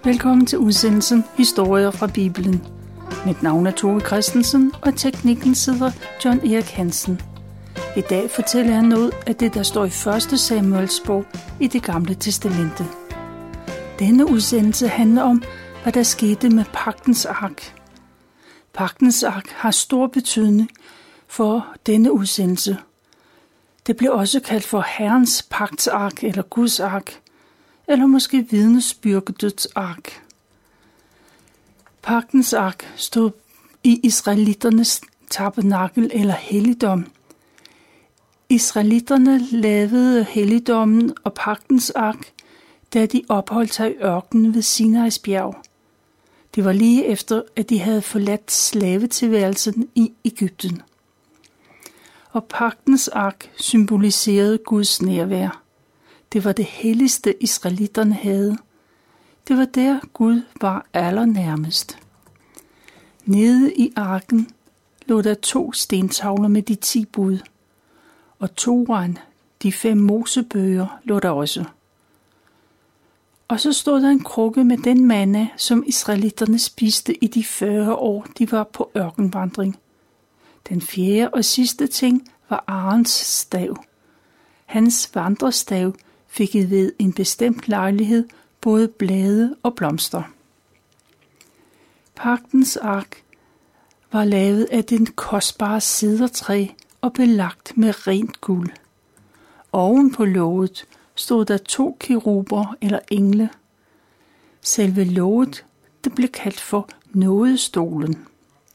Velkommen til udsendelsen Historier fra Bibelen. Mit navn er Tove Christensen, og i teknikken sidder John Erik Hansen. I dag fortæller jeg noget af det, der står i 1. Samuels bog i Det Gamle Testamente. Denne udsendelse handler om, hvad der skete med pagtens ark. Pagtens ark har stor betydning for denne udsendelse. Det bliver også kaldt for Herrens pagtsark eller Guds ark, eller måske vidnesbyrdets ark. Pagtens ark stod i israelitternes tabernakel eller helligdom. Israelitterne lavede helligdommen og pagtens ark, da de opholdt sig i ørkenen ved Sinais bjerg. Det var lige efter, at de havde forladt slavetilværelsen i Egypten. Og pagtens ark symboliserede Guds nærvær. Det var det helligste israelitterne havde. Det var der Gud var allernærmest. Nede i arken lå der 2 stentavler med de 10 bud, og Toraen, de 5 mosebøger, lå der også. Og så stod der en krukke med den manna, som israelitterne spiste i de 40 år, de var på ørkenvandring. Den 4. og sidste ting var Arons stav. Hans vandrestav fik ved en bestemt lejlighed både blade og blomster. Pagtens ark var lavet af den kostbare cedertræ og belagt med rent guld. Oven på låget stod der 2 keruber eller engle. Selve låget, det blev kaldt for nådestolen.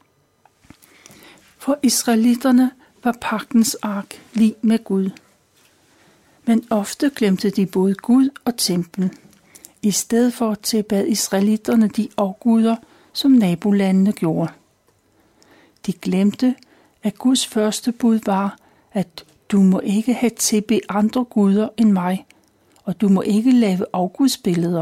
For israelitterne var pagtens ark lig med Gud. Men ofte glemte de både Gud og tempel. I stedet for tilbad israelitterne de afguder, som nabolandene gjorde. De glemte, at Guds første bud var, at du må ikke have tilbed andre guder end mig, og du må ikke lave afgudsbilleder.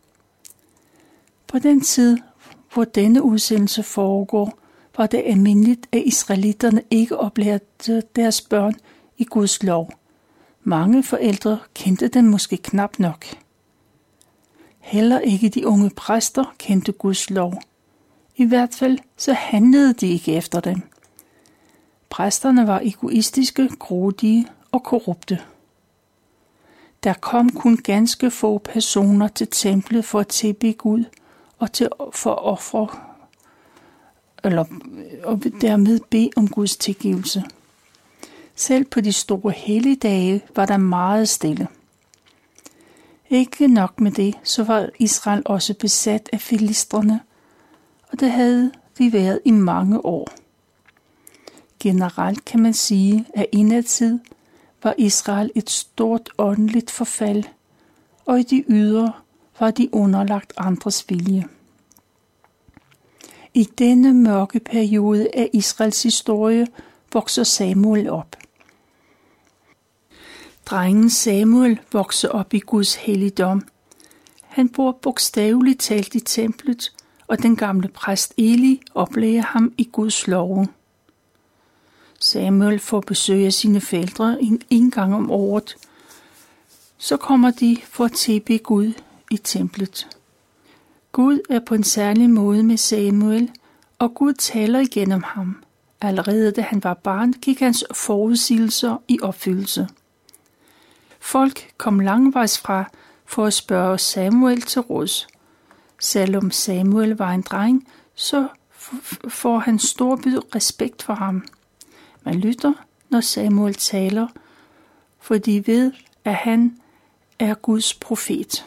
På den tid, hvor denne udsendelse foregår, var det almindeligt, at israelitterne ikke oplærte deres børn i Guds lov. Mange forældre kendte den måske knap nok. Heller ikke de unge præster kendte Guds lov. I hvert fald så handlede de ikke efter dem. Præsterne var egoistiske, grådige og korrupte. Der kom kun ganske få personer til templet for at tilbede Gud og for at ofre, og dermed bede om Guds tilgivelse. Selv på de store helligdage var der meget stille. Ikke nok med det, så var Israel også besat af filistrene, og det havde de været i mange år. Generelt kan man sige, at indadtil var Israel et stort åndeligt forfald, og i de ydre var de underlagt andres vilje. I denne mørke periode af Israels historie vokser Samuel op. Drengen Samuel vokser op i Guds helligdom. Han bor bogstaveligt talt i templet, og den gamle præst Eli oplærer ham i Guds love. Samuel får besøg af sine forældre en gang om året. Så kommer de for at tilbede Gud i templet. Gud er på en særlig måde med Samuel, og Gud taler igennem ham. Allerede da han var barn, gik hans forudsigelser i opfyldelse. Folk kom langvejs fra for at spørge Samuel til råds. Selvom Samuel var en dreng, så får han stor respekt for ham. Man lytter, når Samuel taler, for de ved, at han er Guds profet.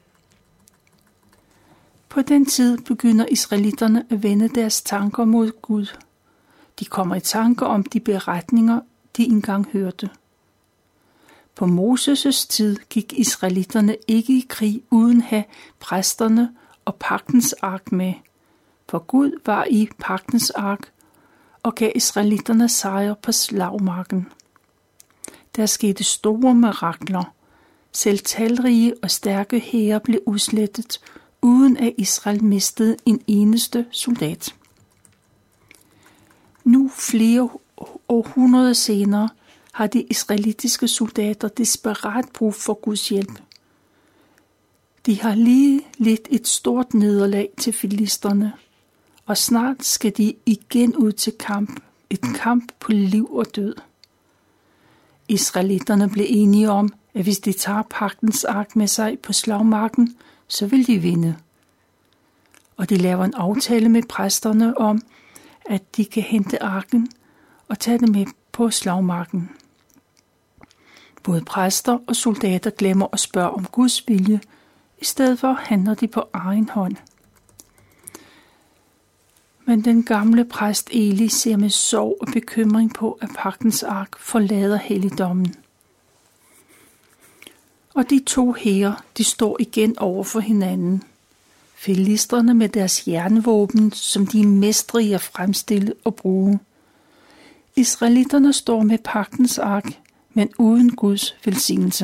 På den tid begynder israelitterne at vende deres tanker mod Gud. De kommer i tanker om de beretninger, de engang hørte. På Moses' tid gik israelitterne ikke i krig uden at have præsterne og pagtens ark med, for Gud var i pagtens ark og gav israelitterne sejr på slagmarken. Der skete store mirakler. Selv talrige og stærke hære blev udslettet, uden at Israel mistede en eneste soldat. Nu flere århundreder senere har de israelitiske soldater desperat brug for Guds hjælp. De har lige lidt et stort nederlag til filisterne, og snart skal de igen ud til kamp. Et kamp på liv og død. Israelitterne blev enige om, at hvis de tager pagtens ark med sig på slagmarken, så vil de vinde. Og de laver en aftale med præsterne om, at de kan hente arken og tage det med på slagmarken. Både præster og soldater glemmer at spørge om Guds vilje, i stedet for handler de på egen hånd. Men den gamle præst Eli ser med sorg og bekymring på, at pagtens ark forlader helligdommen. Og de to hære, de står igen over for hinanden. Filisterne med deres jernvåben, som de er mestre i at fremstille og bruge. Israelitterne står med pagtens ark, men uden Guds velsignelse.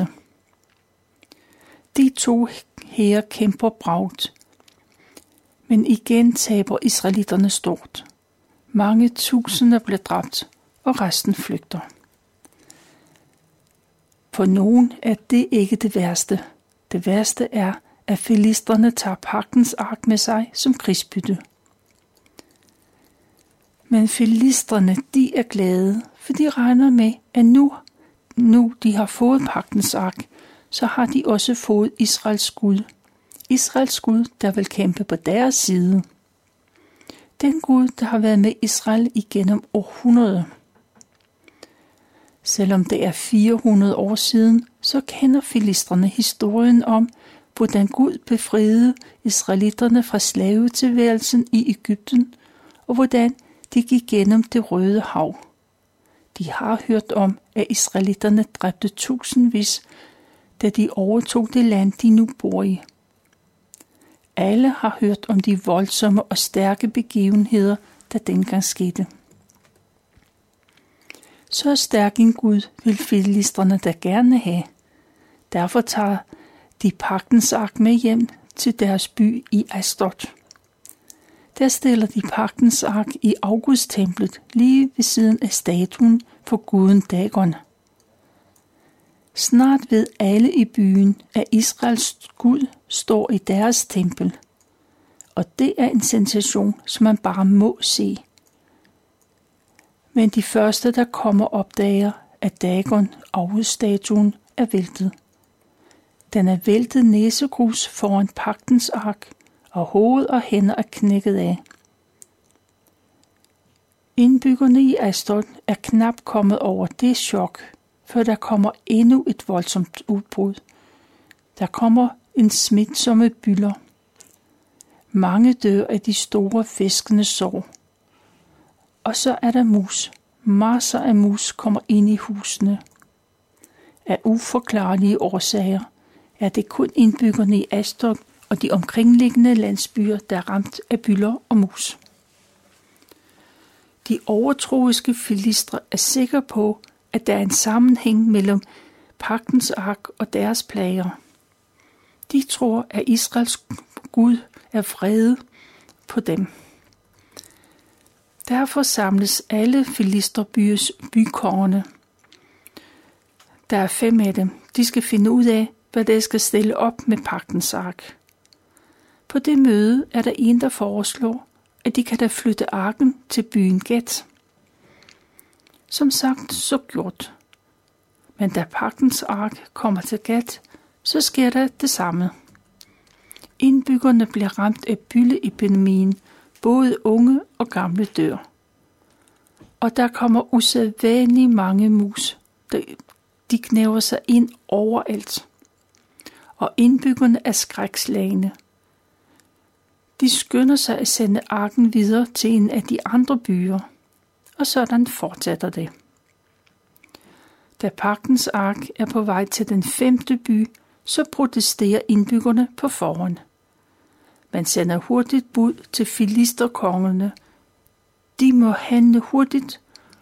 De to hære kæmper bravt. Men igen taber israelitterne stort. Mange tusinder bliver dræbt, og resten flygter. For nogen er det ikke det værste. Det værste er, at filisterne tager pagtens ark med sig som krigsbytte. Men filisterne, de er glade, for de regner med, at nu de har fået pagtens ark, så har de også fået Israels Gud. Israels Gud, der vil kæmpe på deres side. Den Gud, der har været med Israel igennem århundreder. Selvom det er 400 år siden, så kender filisterne historien om, hvordan Gud befriede israelitterne fra slavetilværelsen i Egypten, og hvordan de gik gennem det Røde Hav. De har hørt om, at israelitterne dræbte tusindvis, da de overtog det land, de nu bor i. Alle har hørt om de voldsomme og stærke begivenheder, der dengang skete. Så stærk en Gud vil filisterne da gerne have. Derfor tager de pagtens ark med hjem til deres by i Asdod. Der stiller de pagtens ark i Augusttemplet lige ved siden af statuen for guden Dagon. Snart ved alle i byen, at Israels Gud står i deres tempel. Og det er en sensation, som man bare må se. Men de første, der kommer, opdager, at Dagon, August-statuen, er væltet. Den er væltet næsegrus foran pagtens ark, og hoved og hænder er knækket af. Indbyggerne i Asdod er knap kommet over det chok, før der kommer endnu et voldsomt udbrud. Der kommer en smitsomme bylder. Mange dør af de store fiskende sår. Og så er der mus. Masser af mus kommer ind i husene. Af uforklarlige årsager er det kun indbyggerne i Asdod og de omkringliggende landsbyer, der er ramt af bylder og mus. De overtroiske filistre er sikre på, at der er en sammenhæng mellem pagtens ark og deres plager. De tror, at Israels Gud er vrede på dem. Derfor samles alle filistrebyers bykongerne. Der er 5 af dem. De skal finde ud af, hvad der skal stille op med pagtens ark. På det møde er der en, der foreslår, at de kan da flytte arken til byen Gat. Som sagt, så gjort. Men da pagtens ark kommer til Gat, så sker der det samme. Indbyggerne bliver ramt af bylleepidemien, både unge og gamle dør. Og der kommer usædvanligt mange mus. De knæver sig ind overalt. Og indbyggerne er skrækslagne. De skynder sig at sende arken videre til en af de andre byer. Og sådan fortsætter det. Da pagtens ark er på vej til den 5. by, så protesterer indbyggerne på forhånd. Man sender hurtigt bud til filisterkongerne. De må handle hurtigt,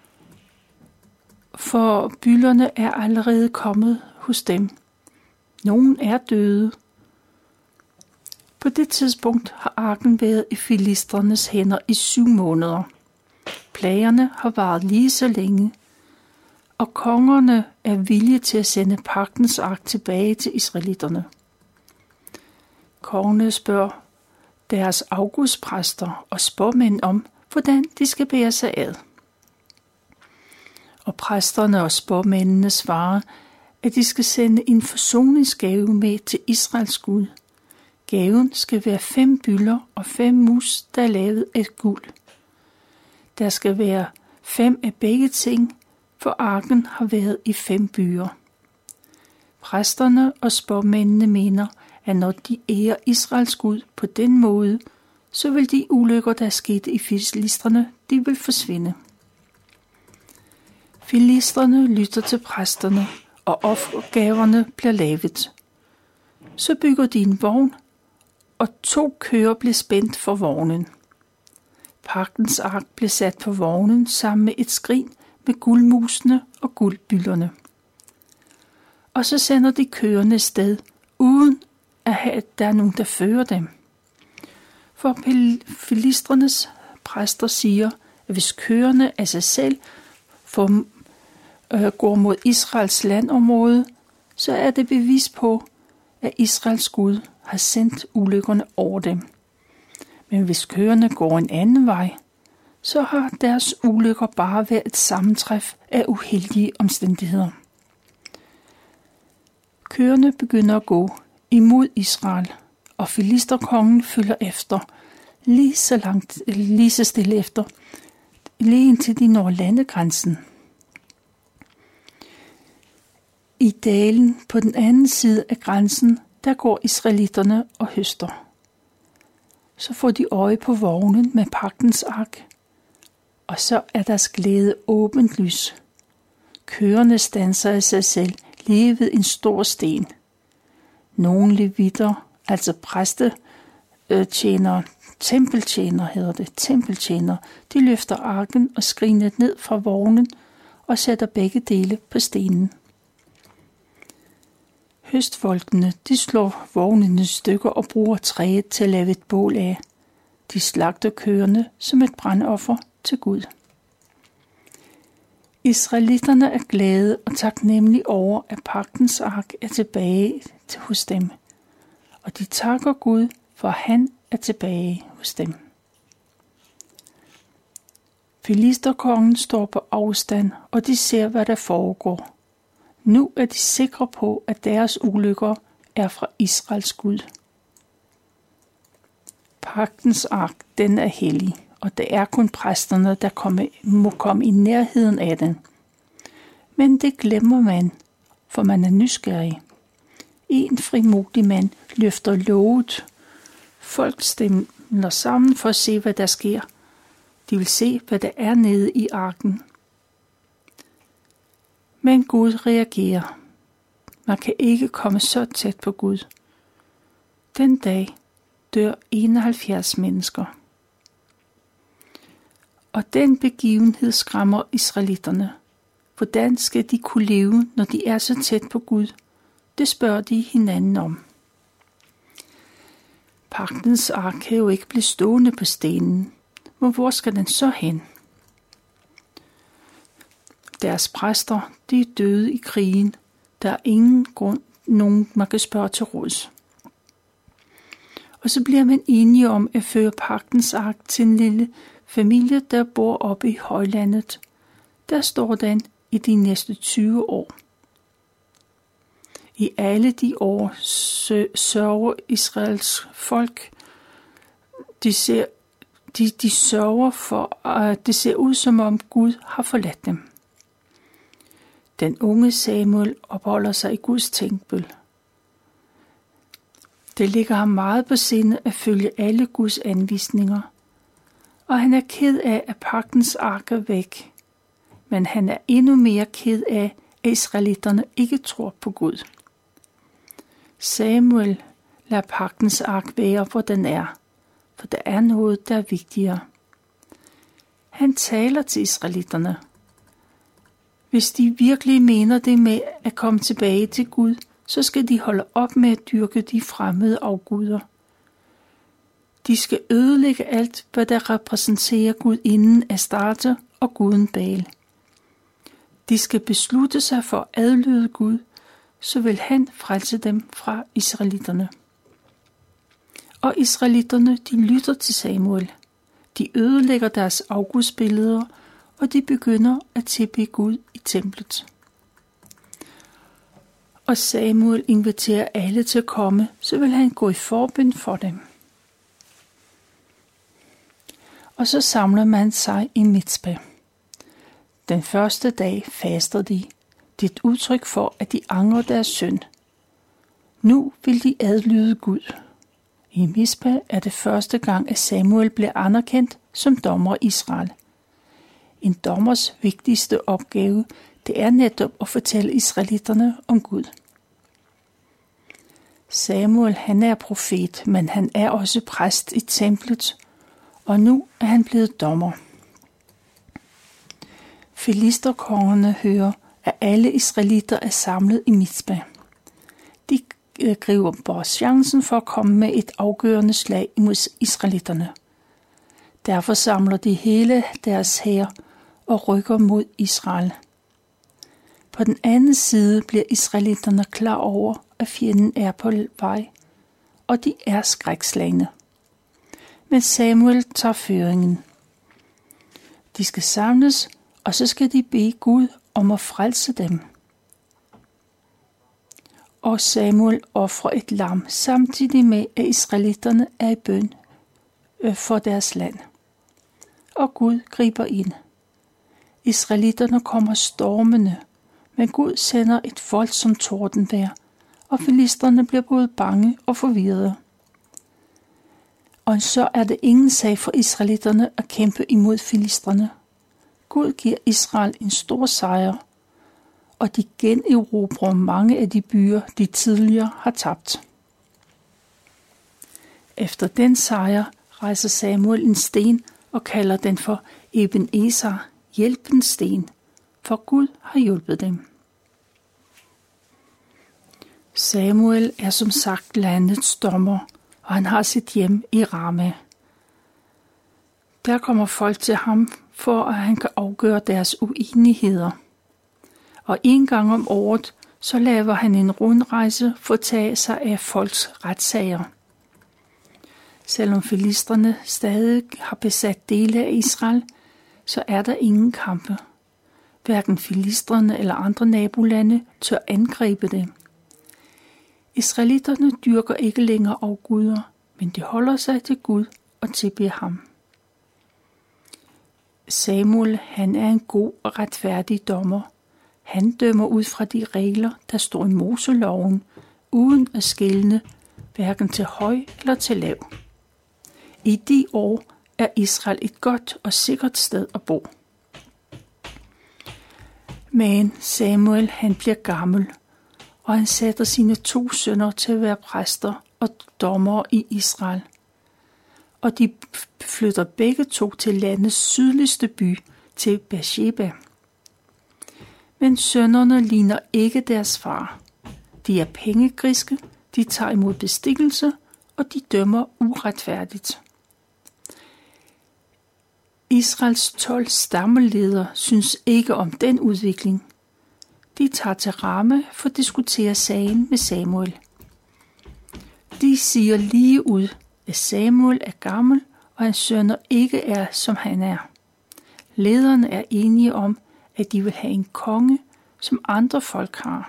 for byllerne er allerede kommet hos dem. Nogen er døde. På det tidspunkt har arken været i filistrenes hænder i 7 måneder. Plagerne har varet lige så længe, og kongerne er villige til at sende pagtens ark tilbage til israelitterne. Kongene spørger deres afgudspræster og spåmænd om, hvordan de skal bære sig ad. Og præsterne og spåmændene svarer, at de skal sende en forsoningsgave med til Israels Gud. Gaven skal være 5 byller og 5 mus, der er lavet af guld. Der skal være 5 af begge ting, for arken har været i 5 byer. Præsterne og spåmændene mener, at når de ærer Israels Gud på den måde, så vil de ulykker, der skete i filistrene, de vil forsvinde. Filistrene lytter til præsterne, og offergaverne bliver lavet. Så bygger de en vogn, og 2 køer blev spændt for vognen. Pagtens ark blev sat på vognen sammen med et skrin med guldmusene og guldbyllerne. Og så sender de køerne sted, uden at der er nogen, der fører dem. For filistrenes præster siger, at hvis køerne af sig selv går mod Israels landområde, så er det bevis på, at Israels Gud har sendt ulykkerne over dem. Men hvis køerne går en anden vej, så har deres ulykker bare været et sammentræf af uheldige omstændigheder. Køerne begynder at gå imod Israel, og filisterkongen følger efter, lige så stille efter, lige indtil de når landegrænsen. I dalen på den anden side af grænsen, der går israelitterne og høster. Så får de øje på vognen med pagtens ark, og så er deres glæde åbent lys. Køerne standser af sig selv lige ved en stor sten. Nogle levitter, altså præstetjenere, tempeltjenere, de løfter arken og skrinet ned fra vognen og sætter begge dele på stenen. Høstfolkene, de slår vognene i stykker og bruger træet til at lave et bål af. De slagter køerne som et brandoffer til Gud. Israelitterne er glade og taknemmelige over, at pagtens ark er tilbage hos dem. Og de takker Gud, for han er tilbage hos dem. Filisterkongen står på afstand, og de ser, hvad der foregår. Nu er de sikre på, at deres ulykker er fra Israels Gud. Pagtens ark, den er hellig, og det er kun præsterne, der må komme i nærheden af den. Men det glemmer man, for man er nysgerrig. En frimodig mand løfter låget. Folk stemmer sammen for at se, hvad der sker. De vil se, hvad der er nede i arken. Men Gud reagerer. Man kan ikke komme så tæt på Gud. Den dag dør 71 mennesker. Og den begivenhed skræmmer israelitterne. Hvordan skal de kunne leve, når de er så tæt på Gud? Det spørger de hinanden om. Pagtens ark kan jo ikke blive stående på stenen. Men hvor skal den så hen? Deres præster, de er døde i krigen. Der er ingen grund, nogen man kan spørge til råds. Og så bliver man enige om at føre pagtens ark til en lille familie, der bor oppe i højlandet. Der står den i de næste 20 år. I alle de år sørger Israels folk. De sørger for, at det ser ud som om Gud har forladt dem. Den unge Samuel opholder sig i Guds tempel. Det ligger ham meget på sinde at følge alle Guds anvisninger, og han er ked af, at pagtens ark er væk. Men han er endnu mere ked af, at israelitterne ikke tror på Gud. Samuel lader pagtens ark være, hvor den er, for der er noget, der er vigtigere. Han taler til israelitterne. Hvis de virkelig mener det med at komme tilbage til Gud, så skal de holde op med at dyrke de fremmede afguder. De skal ødelægge alt, hvad der repræsenterer Gud inden Astarte og guden Baal. De skal beslutte sig for at adlyde Gud, så vil han frelse dem fra israelitterne. Og israelitterne, de lytter til Samuel. De ødelægger deres afgudsbilleder, og de begynder at tilbede Gud i templet. Og Samuel inviterer alle til at komme, så vil han gå i forbøn for dem. Og så samler man sig i Mizpa. Den første dag faster de. Det er et udtryk for, at de angrer deres synd. Nu vil de adlyde Gud. I Mizpa er det første gang, at Samuel bliver anerkendt som dommer i Israel. En dommers vigtigste opgave, det er netop at fortælle israelitterne om Gud. Samuel, han er profet, men han er også præst i templet, og nu er han blevet dommer. Filisterkongerne hører, at alle israelitter er samlet i Mizpa. De griber chancen for at komme med et afgørende slag imod israelitterne. Derfor samler de hele deres hær og rykker mod Israel. På den anden side bliver israelitterne klar over, at fjenden er på vej, og de er skrækslagne. Men Samuel tager føringen. De skal samles, og så skal de bede Gud om at frelse dem. Og Samuel ofrer et lam, samtidig med, at israelitterne er i bøn for deres land. Og Gud griber ind. Israelitterne kommer stormende, men Gud sender et voldsomt tordenvejr, og filisterne bliver både bange og forvirrede. Og så er det ingen sag for israelitterne at kæmpe imod filisterne. Gud giver Israel en stor sejr, og de generobrer mange af de byer, de tidligere har tabt. Efter den sejr rejser Samuel en sten og kalder den for Ebenezer, hjælpens sten, for Gud har hjulpet dem. Samuel er som sagt landets dommer, og han har sit hjem i Rama. Der kommer folk til ham, for at han kan afgøre deres uenigheder. Og en gang om året, så laver han en rundrejse for at tage sig af folks retssager. Selvom filisterne stadig har besat dele af Israel, så er der ingen kampe. Hverken filistrene eller andre nabolande tør angribe dem. Israelitterne dyrker ikke længere afguder, men de holder sig til Gud og tilbeder ham. Samuel, han er en god og retfærdig dommer. Han dømmer ud fra de regler, der står i Moseloven, uden at skelne hverken til høj eller til lav. I de år er Israel et godt og sikkert sted at bo. Men Samuel, han bliver gammel, og han sætter sine 2 sønner til at være præster og dommere i Israel. Og de flytter begge 2 til landets sydligste by, til Beersheba. Men sønnerne ligner ikke deres far. De er pengegriske, de tager imod bestikkelse, og de dømmer uretfærdigt. Israels 12 stammeledere synes ikke om den udvikling. De tager til Rama for at diskutere sagen med Samuel. De siger lige ud, at Samuel er gammel, og hans sønner ikke er, som han er. Lederne er enige om, at de vil have en konge, som andre folk har.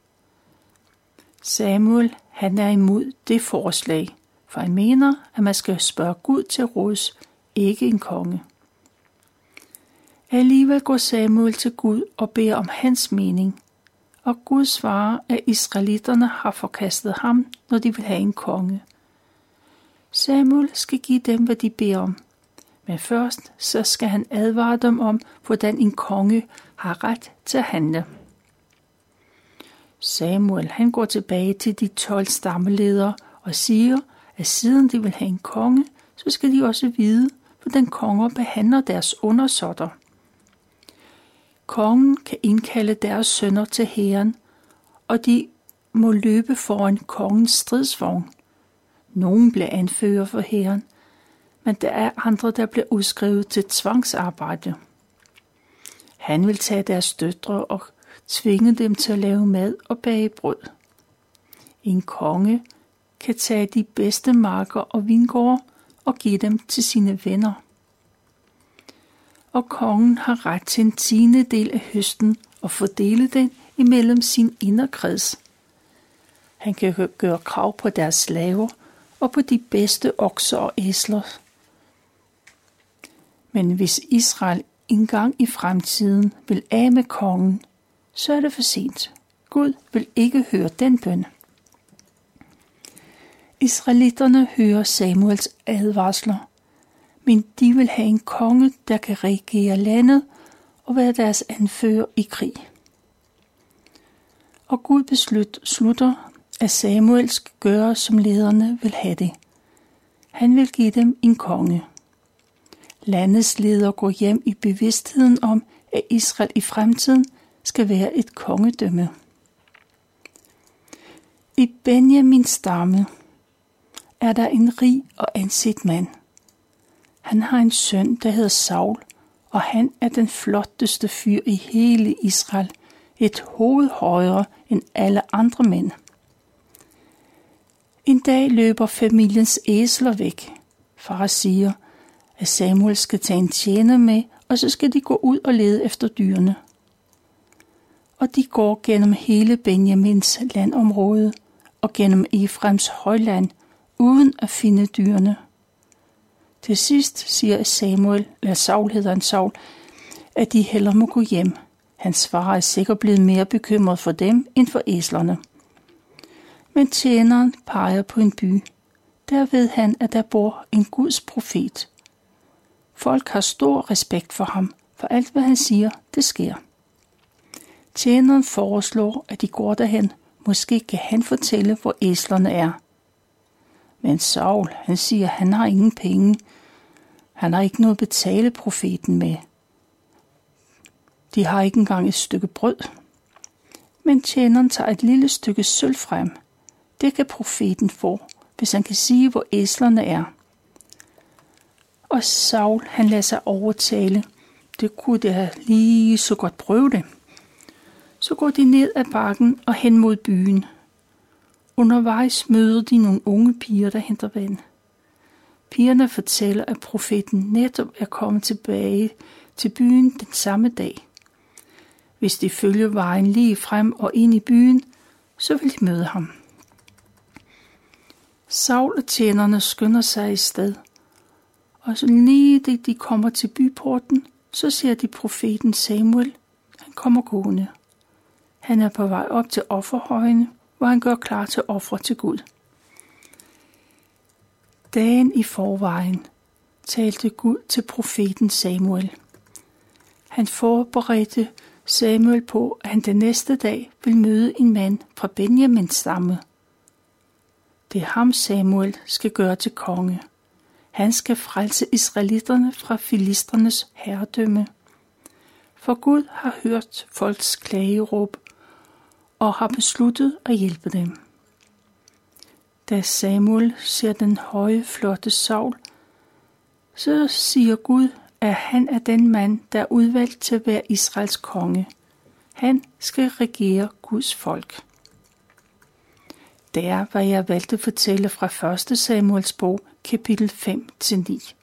Samuel, han er imod det forslag, for han mener, at man skal spørge Gud til råds, ikke en konge. Alligevel går Samuel til Gud og beder om hans mening, og Gud svarer, at israelitterne har forkastet ham, når de vil have en konge. Samuel skal give dem, hvad de beder om, men først så skal han advare dem om, hvordan en konge har ret til at handle. Samuel, han går tilbage til de 12 stammeledere og siger, at siden de vil have en konge, så skal de også vide, hvordan konger behandler deres undersåtter. Kongen kan indkalde deres sønner til hæren, og de må løbe foran kongens stridsvogn. Nogen bliver anfører for hæren, men der er andre, der bliver udskrevet til tvangsarbejde. Han vil tage deres døtre og tvinge dem til at lave mad og bage brød. En konge kan tage de bedste marker og vingårde og give dem til sine venner. Og kongen har ret til en tiendedel af høsten og fordele den imellem sin inderkreds. Han kan gøre krav på deres slaver og på de bedste okser og æsler. Men hvis Israel engang i fremtiden vil af med kongen, så er det for sent. Gud vil ikke høre den bøn. Israelitterne hører Samuels advarsler, men de vil have en konge, der kan regere landet og være deres anfører i krig. Og Gud beslutter, at Samuel skal gøre, som lederne vil have det. Han vil give dem en konge. Landets ledere går hjem i bevidstheden om, at Israel i fremtiden skal være et kongedømme. I Benjamins stamme er der en rig og anset mand. Han har en søn, der hedder Saul, og han er den flotteste fyr i hele Israel, et hoved højere end alle andre mænd. En dag løber familiens æsler væk. Far siger, at Samuel skal tage en tjener med, og så skal de gå ud og lede efter dyrene. Og de går gennem hele Benjamins landområde og gennem Efraims højland, uden at finde dyrene. Til sidst siger Saul, at de hellere må gå hjem. Hans far er sikkert blevet mere bekymret for dem end for æslerne. Men tjeneren peger på en by. Der ved han, at der bor en Guds profet. Folk har stor respekt for ham, for alt hvad han siger, det sker. Tjeneren foreslår, at de går derhen. Måske kan han fortælle, hvor æslerne er. Men Saul, han siger, at han har ingen penge. Han har ikke noget at betale profeten med. De har ikke engang et stykke brød. Men tjeneren tager et lille stykke sølv frem. Det kan profeten få, hvis han kan sige, hvor æslerne er. Og Saul, han lader sig overtale. Det kunne da lige så godt prøve det. Så går de ned ad bakken og hen mod byen. Undervejs møder de nogle unge piger, der henter vand. Pigerne fortæller, at profeten netop er kommet tilbage til byen den samme dag. Hvis de følger vejen lige frem og ind i byen, så vil de møde ham. Saul og tjenerne skynder sig i sted, og så lige da de kommer til byporten, så ser de profeten Samuel. Han kommer gående. Han er på vej op til offerhøjene, hvor han gør klar til ofre til Gud. Dagen i forvejen talte Gud til profeten Samuel. Han forberedte Samuel på, at han den næste dag vil møde en mand fra Benjamins stamme. Det er ham, Samuel skal gøre til konge. Han skal frelse israelitterne fra filistrenes herredømme. For Gud har hørt folks klageråb og har besluttet at hjælpe dem. Da Samuel ser den høje, flotte Saul, så siger Gud, at han er den mand, der er udvalgt til at være Israels konge. Han skal regere Guds folk. Det er, hvad jeg valgte at fortælle fra 1. Samuels bog, kapitel 5-9.